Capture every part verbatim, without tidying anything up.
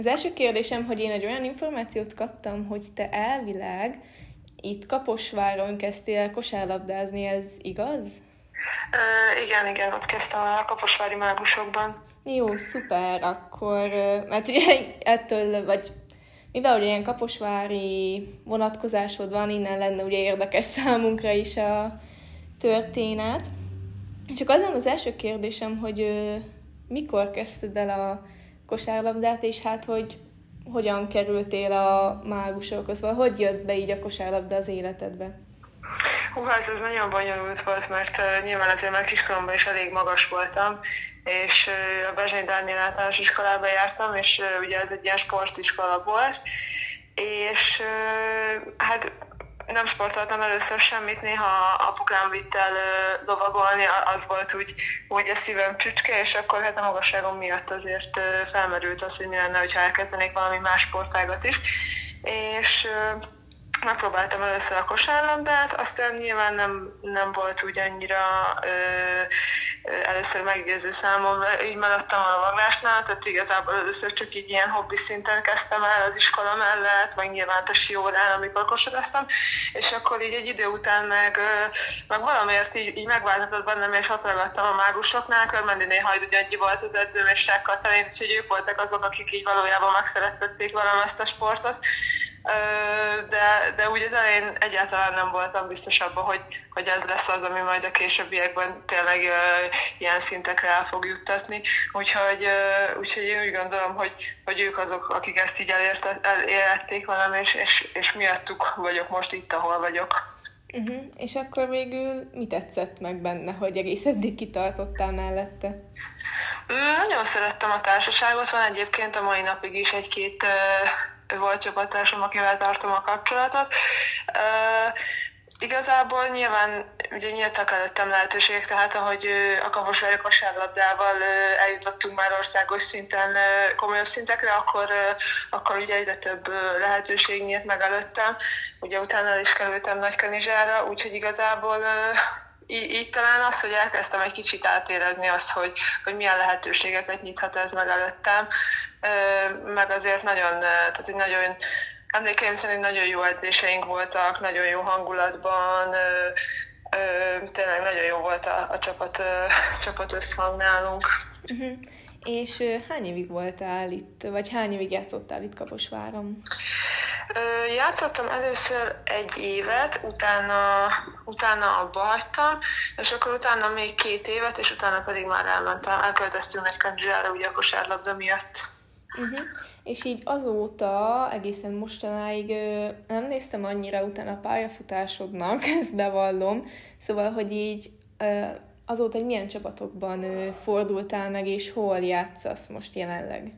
Az első kérdésem, hogy én egy olyan információt kaptam, hogy te elvileg itt Kaposváron kezdtél kosárlabdázni, ez igaz? Uh, igen, igen, ott kezdtem a kaposvári mágusokban. Jó, szuper, akkor, mert ugye ettől, vagy mivel ugye ilyen kaposvári vonatkozásod van, innen lenne ugye érdekes számunkra is a történet. Csak azon az első kérdésem, hogy mikor kezdted el a kosárlabdát, és hát, hogy hogyan kerültél a mágusokhoz, szóval hogy jött be így a kosárlabda az életedbe? Hú, hát ez nagyon bonyolult volt, mert uh, nyilván azért már kiskoromban is elég magas voltam, és uh, a Bezsény Dániel általános iskolába jártam, és uh, ugye ez egy ilyen sportiskola volt, és uh, hát nem sportoltam először semmit, néha apukám vitt el uh, lovagolni, az volt úgy, úgy a szívem csücske, és akkor hát a magasságom miatt azért uh, felmerült az, hogy mi lenne, hogyha elkezdenék valami más sportágat is, és uh, megpróbáltam először a kosárlabdát, aztán nyilván nem, nem volt úgy annyira ö, ö, először meggyőző számomra, így maradtam a lovaglásnál, tehát igazából először csak így ilyen hobbi szinten kezdtem el az iskola mellett, vagy nyilván tesi órán, amikor kosaraztam, és akkor így egy idő után meg, ö, meg valamiért így, így megváltozott bennem, és ott ragadtam a mágusoknál, Körmendiné Hajdú-Gyöngyi volt az edzőm, és Ták Katalin, úgyhogy ők voltak azok, akik így valójában megszerettették velem ezt a sportot. De, de úgy az elején egyáltalán nem voltam biztos abban, hogy, hogy ez lesz az, ami majd a későbbiekben tényleg uh, ilyen szintekre el fog juttatni. Úgyhogy, uh, úgyhogy én úgy gondolom, hogy, hogy ők azok, akik ezt így elérték velem, és, és, és miattuk vagyok most itt, ahol vagyok. Uh-huh. És akkor végül mi tetszett meg benne, hogy egész eddig kitartottál mellette? Nagyon szerettem a társaságot, van egyébként a mai napig is egy-két uh, volt csapattársam, akivel tartom a kapcsolatot. Uh, igazából nyilván ugye nyíltak előttem lehetőségek, tehát ahogy uh, a kaposvári kosárlabdával uh, eljutottunk már országos szinten uh, komolyabb szintekre, akkor, uh, akkor ugye egyre több uh, lehetőség nyílt meg előttem. Ugye utána el is kerültem Nagykanizsára, úgyhogy igazából uh, Í- így talán az, hogy elkezdtem egy kicsit átérezni azt, hogy, hogy milyen lehetőségeket nyithat ez meg előttem, meg azért nagyon, tehát hogy nagyon, emlékeim szerint nagyon jó edzéseink voltak, nagyon jó hangulatban, tényleg nagyon jó volt a, a csapat, csapat összhang nálunk. Uh-huh. És hány évig voltál itt, vagy hány évig játszottál itt Kaposváron? Játszottam először egy évet, utána, utána abba hagytam, és akkor utána még két évet, és utána pedig már elmentem, elköltöztünk Nagykanizsára ugye a kosárlabda miatt. Uh-huh. És így azóta, egészen mostanáig nem néztem annyira utána a pályafutásodnak, ezt bevallom, szóval, hogy így azóta egy milyen csapatokban fordultál meg, és hol játszasz most jelenleg?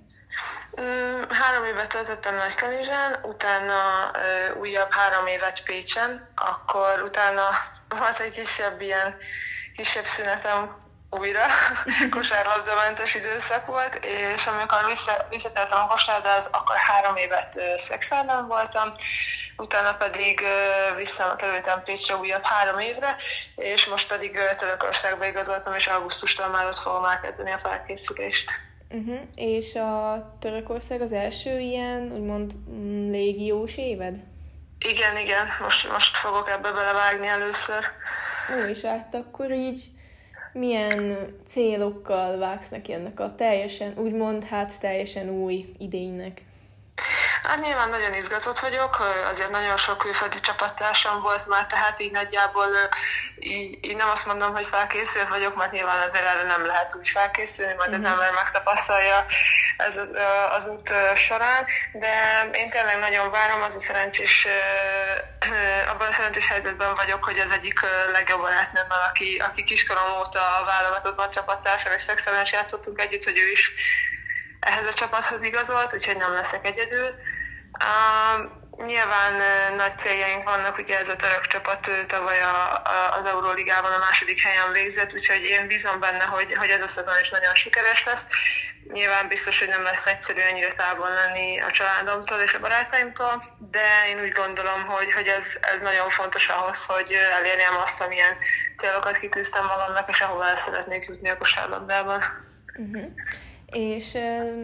Három évet töltöttem Nagykanizsán, utána uh, újabb három évet Pécsen, akkor utána volt egy kisebb ilyen, kisebb szünetem újra, kosárlabdamentes időszak volt, és amikor vissza, visszatértem a kosárlabdához, akkor három évet uh, Szexárdon voltam, utána pedig uh, visszakerültem Pécsre újabb három évre, és most pedig uh, Törökországba igazoltam, és augusztustól már ott fogom elkezdeni a felkészülést. Uh-huh. És a Törökország az első ilyen, úgymond légiós éved? Igen, igen. Most, most fogok ebbe belevágni először. Ó, és hát akkor így milyen célokkal vágsz neki ennek a teljesen, úgymond hát teljesen új idénynek? Hát nyilván nagyon izgatott vagyok, azért nagyon sok külföldi csapattársam volt már, tehát így nagyjából így, így nem azt mondom, hogy felkészült vagyok, mert nyilván azért erre nem lehet úgy felkészülni, majd az ember megtapasztalja ez az út során, de én tényleg nagyon várom, az a szerencsés, abban a szerencsés helyzetben vagyok, hogy az egyik legjobb barátnőmmel, aki, aki kiskorom óta válogatottban csapattársam, és Szexárdon játszottunk együtt, hogy ő is ehhez a csapathoz igazolt, úgyhogy nem leszek egyedül. Uh, nyilván uh, nagy céljaink vannak, ugye ez a török csapat uh, tavaly a, a, az Euróligában a második helyen végzett, úgyhogy én bízom benne, hogy, hogy ez a szezon is nagyon sikeres lesz. Nyilván biztos, hogy nem lesz egyszerű ennyire távol lenni a családomtól és a barátaimtól, de én úgy gondolom, hogy, hogy ez, ez nagyon fontos ahhoz, hogy elérjem azt, amilyen célokat kitűztem magamnak, és ahova el szeretnék jutni a kosárlabdában. Uh-huh. És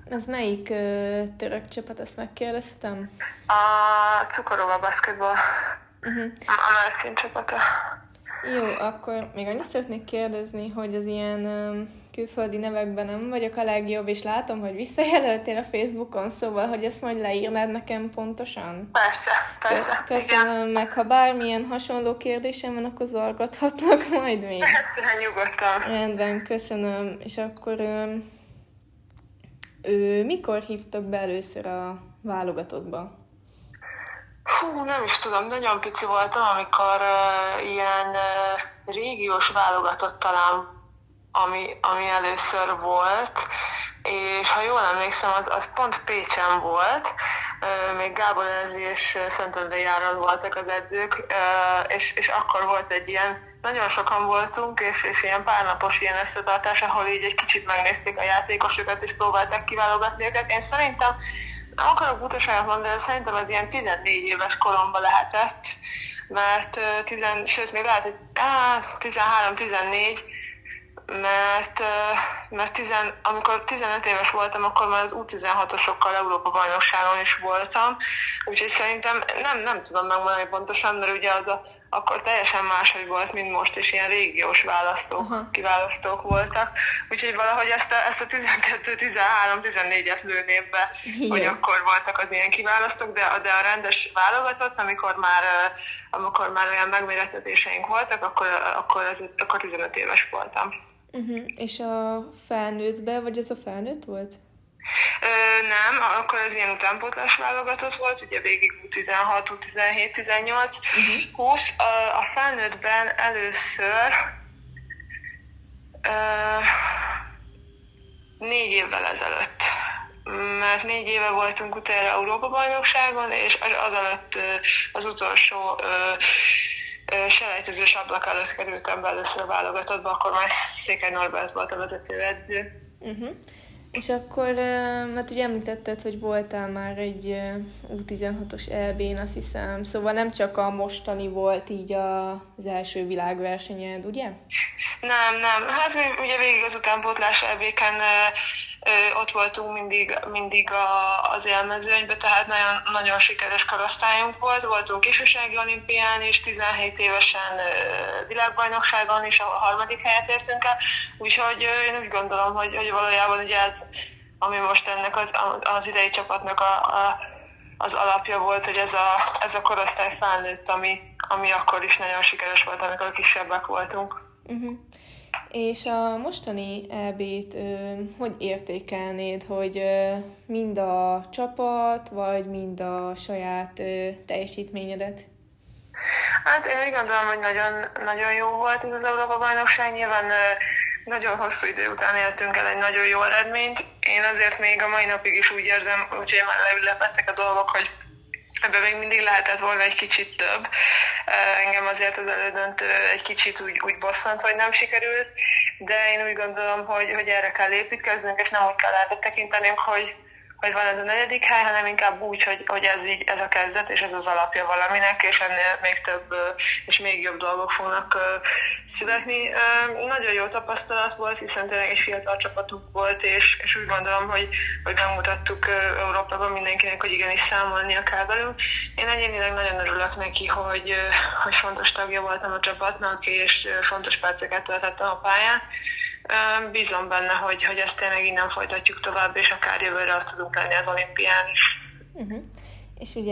Ez melyik ö, török csapat, azt megkérdeztem? A Cukorova Basketball. Uh-huh. A Mersin csapata. Jó, akkor még annyit szeretnék kérdezni, hogy az ilyen ö, külföldi nevekben nem vagyok a legjobb, és látom, hogy visszajelöltél a Facebookon, szóval, hogy ezt majd leírnád nekem pontosan? Persze, persze. Köszönöm igen. meg, ha bármilyen hasonló kérdésem van, akkor zorgathatlak majd még. Persze, nyugodtan. Rendben, köszönöm. És akkor ö, ö, mikor hívtak be először a válogatottba? Hú, nem is tudom, nagyon pici voltam, amikor uh, ilyen uh, régiós válogatott talán, ami, ami először volt, és ha jól emlékszem, az, az pont Pécsen volt, uh, még Gábor Erzsi és Szentendrei Áron voltak az edzők, uh, és, és akkor volt egy ilyen, nagyon sokan voltunk, és, és ilyen párnapos ilyen összetartás, ahol így egy kicsit megnézték a játékosokat, és próbálták kiválogatni őket. Én szerintem nem akarok butaságot mondani, de szerintem az ilyen tizennégy éves koromban lehetett, mert tizen, sőt, még lehet, hogy tizenhárom tizennégy, mert, mert tizen, amikor tizenöt éves voltam, akkor már az U tizenhatosokkal Európa-bajnokságon is voltam, úgyhogy szerintem nem, nem tudom megmondani pontosan, mert ugye az a, akkor teljesen máshogy volt, mint most, és ilyen régiós választók, uh-huh. kiválasztók voltak, úgyhogy valahogy ezt a, ezt a tizenkettő tizenhárom tizennégyet lőném be, igen. hogy akkor voltak az ilyen kiválasztók, de, de a rendes válogatott, amikor már, amikor már olyan megmérettetéseink voltak, akkor, akkor, az, akkor tizenöt éves voltam. Uh-huh. És a felnőttbe, vagy ez a felnőtt volt? Ö, nem, akkor az ilyen utánpótlás válogatott volt, ugye végig U tizenhat, U tizenhét, tizennyolc, uh-huh. húsz. A, a felnőttben először ö, négy évvel ezelőtt, mert négy éve voltunk utána Európa-bajnokságon, és az előtt az utolsó ö, selejtezős ablak előtt kerültem be először a válogatottba, akkor már Székely Norbert volt a vezetőedző. Uh-huh. És akkor, mert ugye említetted, hogy voltál már egy U tizenhatos é bén, azt hiszem, szóval nem csak a mostani volt így az első világversenyed, ugye? Nem, nem. Hát mi ugye végig az utánpótlás é béken ott voltunk mindig, mindig a, az élmezőnyben, tehát nagyon, nagyon sikeres korosztályunk volt. Voltunk ifjúsági olimpián is, tizenhét évesen világbajnokságon is a harmadik helyet értünk el, úgyhogy én úgy gondolom, hogy, hogy valójában ugye ez, ami most ennek az, az idei csapatnak a, a, az alapja volt, hogy ez a, ez a korosztály felnőtt, ami, ami akkor is nagyon sikeres volt, amikor kisebbek voltunk. Uh-huh. És a mostani é bét ö, hogy értékelnéd, hogy ö, mind a csapat, vagy mind a saját ö, teljesítményedet? Hát én úgy gondolom, hogy nagyon, nagyon jó volt ez az Európa-bajnokság. Nyilván ö, nagyon hosszú idő után éltünk el egy nagyon jó eredményt. Én azért még a mai napig is úgy érzem, úgyhogy már leülepeztek a dolgok, hogy ebben még mindig lehetett volna egy kicsit több. Engem azért az elődöntő egy kicsit úgy, úgy bosszant, hogy nem sikerült, de én úgy gondolom, hogy, hogy erre kell építkeznünk, és nem úgy kell erre tekintenünk, hogy, hogy van ez a negyedik hely, hanem inkább úgy, hogy, hogy ez, így, ez a kezdet, és ez az alapja valaminek, és ennél még több és még jobb dolgok fognak születni. Nagyon jó tapasztalat volt, hiszen tényleg egy fiatal csapatunk volt, és, és úgy gondolom, hogy, hogy megmutattuk Európában mindenkinek, hogy igenis számolnia kell velünk. Én egyénileg nagyon örülök neki, hogy, hogy fontos tagja voltam a csapatnak, és fontos perceket töltettem a pályán. Bízom benne, hogy, hogy ezt tényleg innen folytatjuk tovább, és akár jövőre azt tudunk lenni az olimpián is. Uh-huh. És ugye,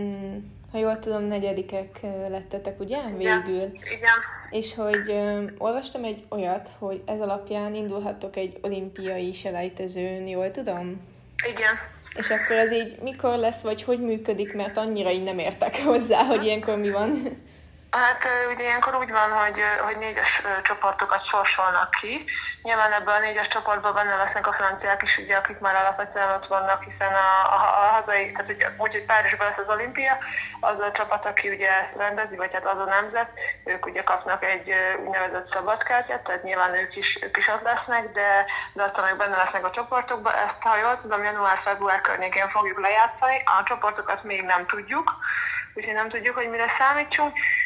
ha jól tudom, negyedikek lettetek, ugye? Végül. Igen. Igen. És hogy um, olvastam egy olyat, hogy ez alapján indulhattok egy olimpiai selejtezőn, jól tudom? Igen. És akkor ez így mikor lesz, vagy hogy működik, mert annyira így nem értek hozzá, hogy ilyenkor mi van? Hát ugye ilyenkor úgy van, hogy, hogy négyes csoportokat sorsolnak ki. Nyilván ebben a négyes csoportban benne lesznek a franciák is, ugye, akik már alapvetően ott vannak, hiszen a, a, a hazai, tehát ugye, úgy, hogy Párizsban lesz az olimpia, az a csapat, aki ugye ezt rendezi, vagy hát az a nemzet, ők ugye kapnak egy úgynevezett szabadkártyát, tehát nyilván ők is, ők is ott lesznek, de, de attól még benne lesznek a csoportokban. Ezt, ha jól tudom, január-február környékén fogjuk lejátszani, a csoportokat még nem tudjuk, úgyhogy nem tudjuk, hogy mire számítsunk.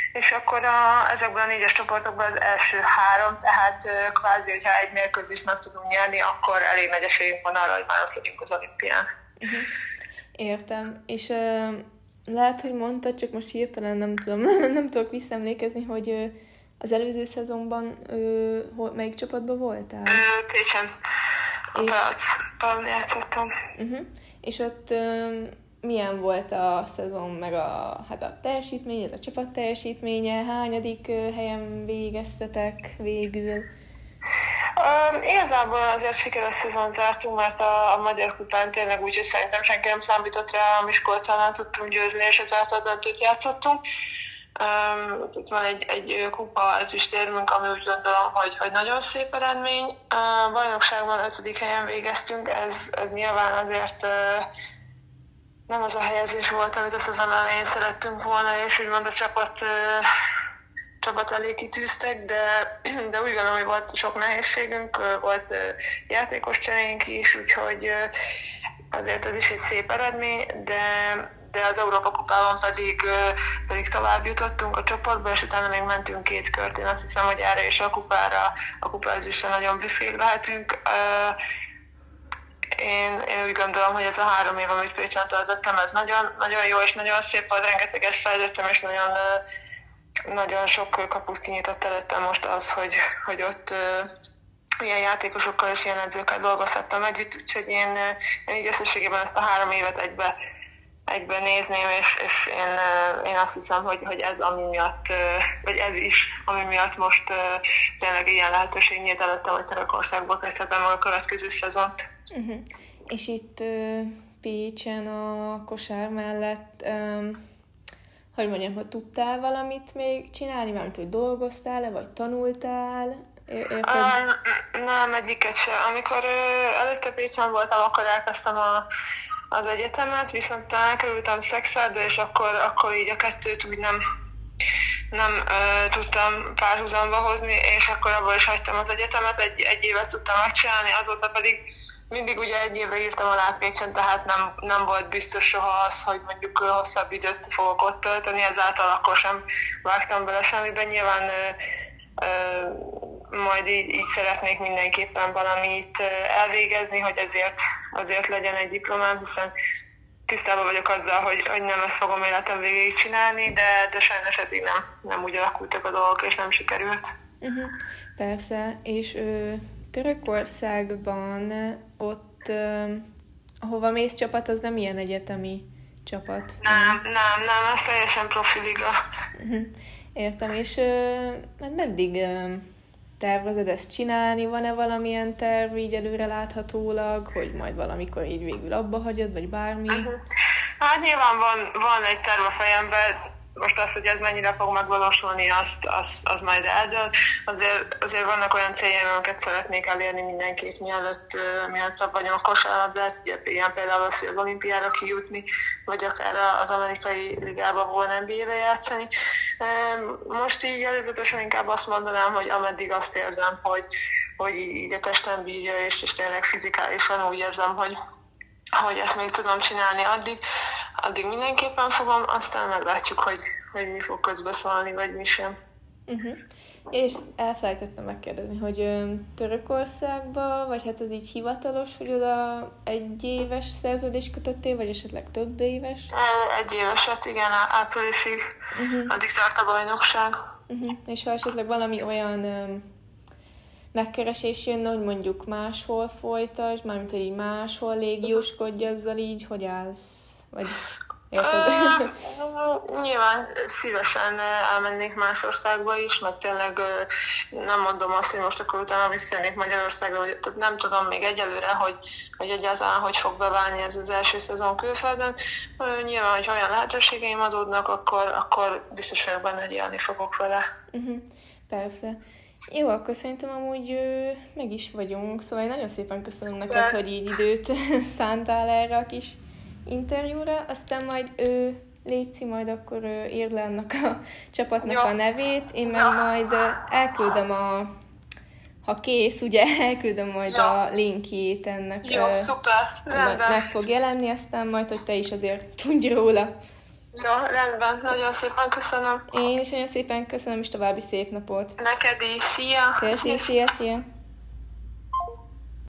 és akkor a, ezekben a négyes csoportokban az első három, tehát kvázi, hogyha egy mérkőzést meg tudunk nyerni, akkor elég nagy esélyünk van arra, hogy már ott legyünk az olimpián. Uh-huh. Értem. És uh, lehet, hogy mondtad, csak most hirtelen nem tudom, nem, nem tudok visszaemlékezni, hogy uh, az előző szezonban uh, hol, melyik csapatban voltál? Uh, Pécsen. A Palcban játszottam. Uh-huh. És ott uh, milyen volt a szezon, meg a, hát a teljesítmény, a csapat teljesítménye? Hányadik uh, helyen végeztetek végül? Um, igazából azért sikeres szezon zártunk, mert a, a Magyar Kupán tényleg úgy, hogy szerintem senki nem számított rá, a Miskolcánál tudtunk győzni, és ezáltal döntőt játszottunk. Um, itt van egy, egy kupa ezüstérmünk, ami úgy gondolom, hogy, hogy nagyon szép eredmény. A bajnokságban ötödik helyen végeztünk, ez, ez nyilván azért uh, nem az a helyezés volt, amit a szezon elején szerettünk volna, és úgymond a csapat uh, csapat elé kitűztek, de, de úgy gondolom, hogy volt sok nehézségünk, volt játékos cserénk is, úgyhogy azért ez is egy szép eredmény, de, de az Európa Kupában pedig, pedig tovább jutottunk a csoportba, és utána még mentünk két kört. Én azt hiszem, hogy erre és a kupára, a kupázásra nagyon büszkék lehetünk. Én, én úgy gondolom, hogy ez a három év, amit Pécsen töltöttem, ez nagyon, nagyon jó és nagyon szép, hogy rengeteget fejlődtem, és nagyon nagyon sok kaput kinyitott előttem most az, hogy, hogy ott uh, ilyen játékosokkal és ilyen edzőkkel dolgozhattam együtt, úgyhogy én, én így összességében ezt a három évet egybe, egybe nézném, és, és én, uh, én azt hiszem, hogy, hogy ez ami miatt, uh, vagy ez is, ami miatt most uh, tényleg ilyen lehetőség nyílt előttem, hogy Törökországból kezdhetem meg a következő szezont. Uh-huh. És itt uh, Pécsen a kosár mellett um... hogy mondjam, hogy tudtál valamit még csinálni, valamit, hogy dolgoztál-e, vagy tanultál? Érted? Uh, nem, egyiket sem. Amikor uh, előtte Pécsen voltam, akkor elkezdtem a, az egyetemet, viszont elkerültem Szexárdra, és akkor, akkor így a kettőt úgy nem, nem uh, tudtam párhuzamba hozni, és akkor abból is hagytam az egyetemet, egy, egy évet tudtam megcsinálni, azóta pedig mindig ugye egy évre írtam alá Pécsen, tehát nem, nem volt biztos soha az, hogy mondjuk hosszabb időt fogok ott tölteni, ezáltal akkor sem vágtam bele semmiben. Nyilván ö, ö, majd így, így szeretnék mindenképpen valamit elvégezni, hogy ezért, azért legyen egy diplomám, hiszen tisztában vagyok azzal, hogy, hogy nem ezt fogom életem végéig csinálni, de, de sajnos eddig nem, nem úgy alakultak a dolgok, és nem sikerült. Uh-huh. Persze, és... Ö... Törökországban ott, uh, ahova mész csapat, az nem ilyen egyetemi csapat. Nem, nem, nem, ez teljesen profiliga. Uh-huh. Értem, és uh, hát meddig uh, tervezed ezt csinálni? Van-e valamilyen terv így előre láthatólag, hogy majd valamikor így végül abba hagyod, vagy bármi? Uh-huh. Hát nyilván van, van egy terv a fejemben. Most azt, hogy ez mennyire fog megvalósulni, azt, azt, az majd eldől. Azért, azért vannak olyan céljaim, amiket szeretnék elérni mindenképp, mielőtt, mielőtt abban vagyom a kosárlabdát, ilyen például az, hogy az olimpiára kijutni, vagy akár az amerikai ligában volna en bé á-be játszani. Most így előzetesen inkább azt mondanám, hogy ameddig azt érzem, hogy, hogy így a testem bírja, és, és tényleg fizikálisan úgy érzem, hogy, hogy ezt még tudom csinálni addig, addig mindenképpen fogom, aztán meglátjuk, hogy, hogy mi fog közbeszólni, vagy mi sem. Uh-huh. És elfelejtettem megkérdezni, hogy ö, Törökországba, vagy hát az így hivatalos, hogy oda egy éves szerződést kötöttél, vagy esetleg több éves? Egy éveset, igen, áprilisig, uh-huh. Addig tart a bajnokság. Uh-huh. És ha esetleg valami olyan ö, megkeresés jönne, hogy mondjuk máshol folytasd, mármint, hogy így máshol légióskodj azzal így, hogy állsz? Vagy érted? Uh, nyilván szívesen elmennék más országba is, mert tényleg nem mondom azt, hogy most akkor utána visszajönnék Magyarországra, vagy, tehát nem tudom még egyelőre, hogy, hogy egyáltalán hogy fog beválni ez az első szezon külföldön. Uh, nyilván, hogy olyan lehetőségeim adódnak, akkor, akkor biztos vagyok benne, hogy élni fogok vele. Uh-huh. Persze. Jó, akkor szerintem amúgy ö, meg is vagyunk, szóval én nagyon szépen köszönöm neked, de... hogy így időt szántál erre a kis interjúra, aztán majd ő, Léci, majd akkor ő, írd le annak a csapatnak Jó. a nevét, én meg majd ö, elküldöm a, ha kész, ugye, elküldöm majd Jó. a linkjét ennek. Jó, ö, szuper, rendben. Meg fog jelenni, aztán majd, hogy te is azért tudj róla. Jó, rendben, nagyon szépen köszönöm. Én is nagyon szépen köszönöm, és további szép napot. Neked is, szia! Köszi, szia, szia!